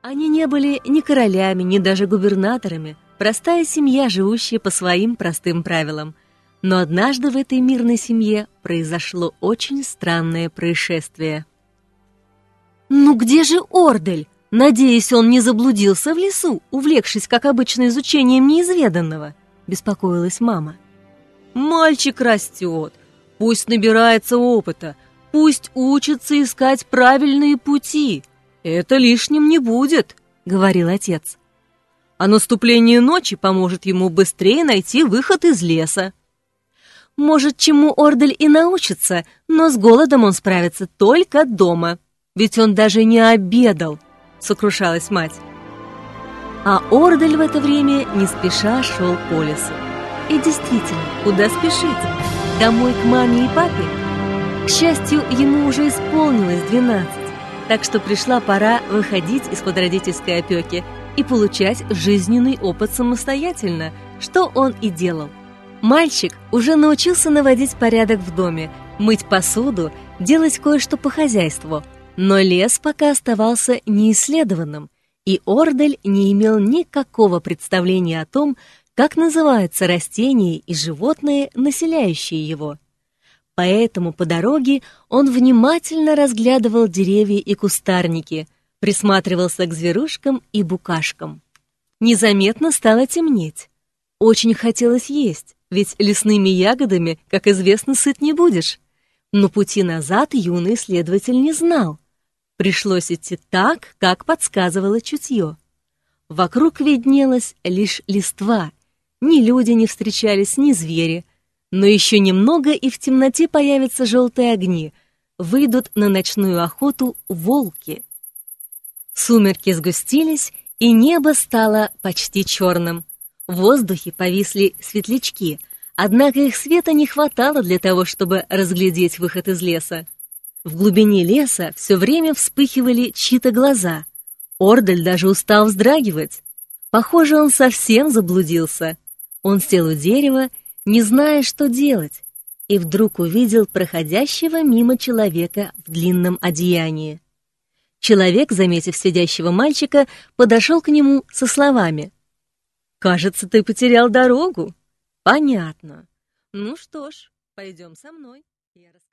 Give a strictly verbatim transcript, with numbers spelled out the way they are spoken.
Они не были ни королями, ни даже губернаторами, простая семья, живущая по своим простым правилам. Но однажды в этой мирной семье произошло очень странное происшествие. «Ну где же Ордель? Надеюсь, он не заблудился в лесу, увлекшись, как обычно, изучением неизведанного», — беспокоилась мама. «Мальчик растет, пусть набирается опыта, пусть учится искать правильные пути. Это лишним не будет», — говорил отец. «А наступление ночи поможет ему быстрее найти выход из леса». «Может, чему Ордель и научится, но с голодом он справится только дома, ведь он даже не обедал», — сокрушалась мать. А Ордель в это время не спеша шел по лесу. И действительно, куда спешить? Домой к маме и папе? К счастью, ему уже исполнилось двенадцать, так что пришла пора выходить из-под родительской опеки и получать жизненный опыт самостоятельно, что он и делал. Мальчик уже научился наводить порядок в доме, мыть посуду, делать кое-что по хозяйству, но лес пока оставался неисследованным, и Ордель не имел никакого представления о том, как называются растения и животные, населяющие его. Поэтому по дороге он внимательно разглядывал деревья и кустарники, присматривался к зверушкам и букашкам. Незаметно стало темнеть. Очень хотелось есть, ведь лесными ягодами, как известно, сыт не будешь. Но пути назад юный исследователь не знал. Пришлось идти так, как подсказывало чутье. Вокруг виднелась лишь листва. Ни люди не встречались, ни звери. Но еще немного, и в темноте появятся желтые огни. Выйдут на ночную охоту волки. Сумерки сгустились, и небо стало почти черным. В воздухе повисли светлячки, однако их света не хватало для того, чтобы разглядеть выход из леса. В глубине леса все время вспыхивали чьи-то глаза. Ордель даже устал вздрагивать. Похоже, он совсем заблудился. Он сел у дерева, не зная, что делать, и вдруг увидел проходящего мимо человека в длинном одеянии. Человек, заметив сидящего мальчика, подошел к нему со словами: «Кажется, ты потерял дорогу». «Понятно. Ну что ж, пойдем со мной». Я